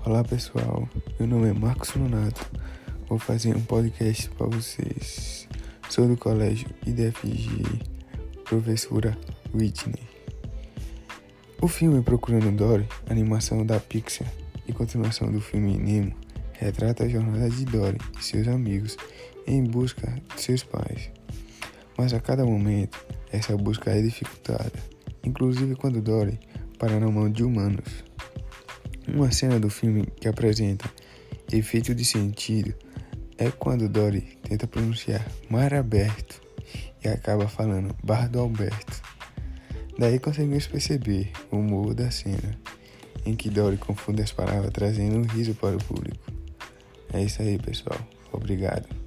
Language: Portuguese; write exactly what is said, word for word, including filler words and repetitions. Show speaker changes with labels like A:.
A: Olá pessoal, meu nome é Marcos Nonato, vou fazer um podcast para vocês. Sou do colégio I D F G, professora Whitney. O filme Procurando Dory, animação da Pixar e continuação do filme Nemo, retrata a jornada de Dory e seus amigos em busca de seus pais. Mas a cada momento, essa busca é dificultada, inclusive quando Dory para na mão de humanos. Uma cena do filme que apresenta efeito de sentido é quando Dory tenta pronunciar mar aberto e acaba falando bar do Alberto. Daí conseguimos perceber o humor da cena, em que Dory confunde as palavras trazendo um riso para o público. É isso aí, pessoal. Obrigado.